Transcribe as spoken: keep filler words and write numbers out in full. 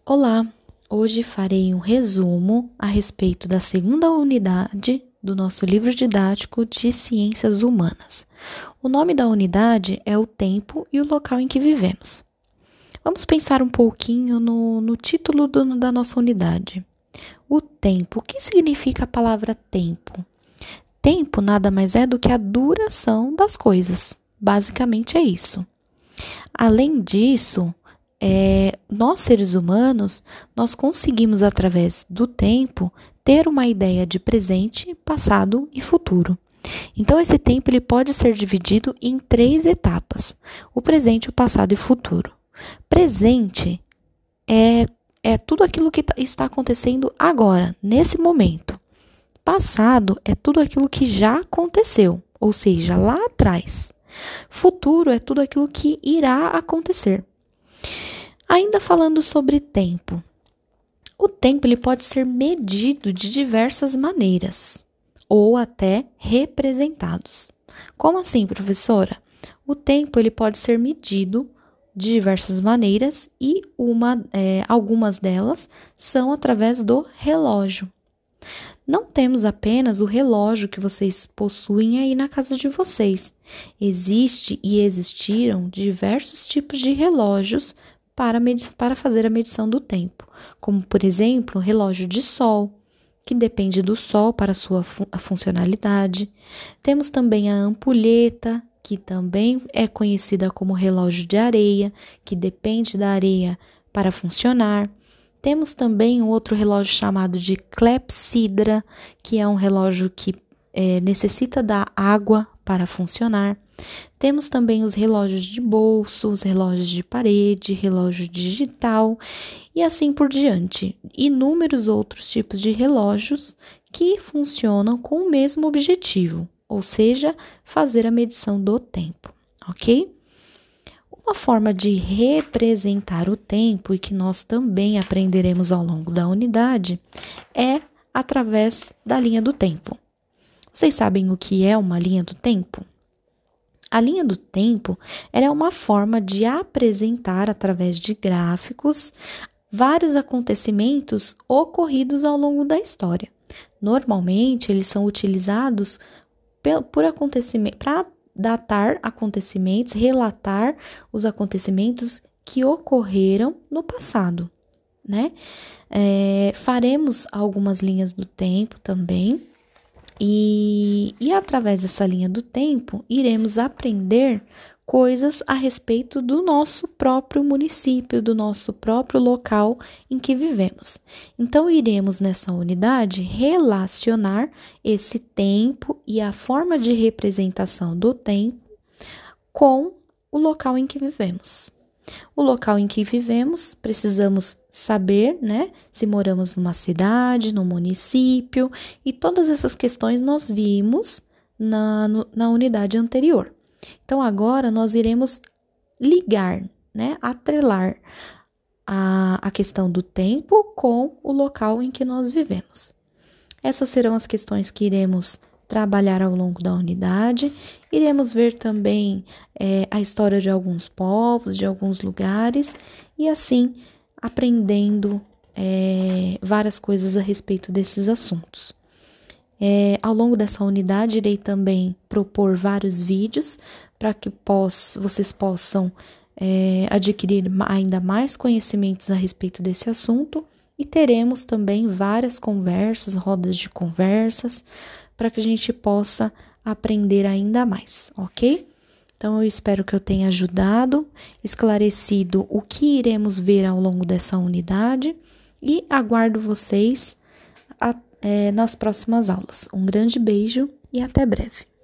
Olá, hoje farei um resumo a respeito da segunda unidade do nosso livro didático de Ciências Humanas. O nome da unidade é o tempo e o local em que vivemos. Vamos pensar um pouquinho no, no título do, da nossa unidade. O tempo. O que significa a palavra tempo? Tempo nada mais é do que a duração das coisas. Basicamente é isso. Além disso, É, nós, seres humanos, nós conseguimos, através do tempo, ter uma ideia de presente, passado e futuro. Então, esse tempo ele pode ser dividido em três etapas: o presente, o passado e o futuro. Presente é, é tudo aquilo que está acontecendo agora, nesse momento. Passado é tudo aquilo que já aconteceu, ou seja, lá atrás. Futuro é tudo aquilo que irá acontecer. Ainda falando sobre tempo, o tempo ele pode ser medido de diversas maneiras ou até representados. Como assim, professora? O tempo ele pode ser medido de diversas maneiras e uma, é, algumas delas são através do relógio. Não temos apenas o relógio que vocês possuem aí na casa de vocês. Existe e existiram diversos tipos de relógios Para, para fazer a medição do tempo, como, por exemplo, o relógio de sol, que depende do sol para a sua fun- a funcionalidade. Temos também a ampulheta, que também é conhecida como relógio de areia, que depende da areia para funcionar. Temos também um outro relógio chamado de clepsidra, que é um relógio que é, necessita da água para funcionar. Temos também os relógios de bolso, os relógios de parede, relógio digital e assim por diante. Inúmeros outros tipos de relógios que funcionam com o mesmo objetivo, ou seja, fazer a medição do tempo, ok? Uma forma de representar o tempo e que nós também aprenderemos ao longo da unidade é através da linha do tempo. Vocês sabem o que é uma linha do tempo? A linha do tempo é uma forma de apresentar, através de gráficos, vários acontecimentos ocorridos ao longo da história. Normalmente, eles são utilizados por acontecimento, para datar acontecimentos, relatar os acontecimentos que ocorreram no passado, né? É, faremos algumas linhas do tempo também. E, e através dessa linha do tempo, iremos aprender coisas a respeito do nosso próprio município, do nosso próprio local em que vivemos. Então, iremos nessa unidade relacionar esse tempo e a forma de representação do tempo com o local em que vivemos. O local em que vivemos, precisamos saber, né, se moramos numa cidade, num município, e todas essas questões nós vimos na, no, na unidade anterior. Então, agora nós iremos ligar, né, atrelar a, a questão do tempo com o local em que nós vivemos. Essas serão as questões que iremos trabalhar ao longo da unidade. Iremos ver também é, a história de alguns povos, de alguns lugares, e assim aprendendo é, várias coisas a respeito desses assuntos. É, ao longo dessa unidade, irei também propor vários vídeos para que poss, vocês possam é, adquirir ainda mais conhecimentos a respeito desse assunto, e teremos também várias conversas, rodas de conversas, para que a gente possa aprender ainda mais, ok? Então, eu espero que eu tenha ajudado, esclarecido o que iremos ver ao longo dessa unidade e aguardo vocês a, é, nas próximas aulas. Um grande beijo e até breve.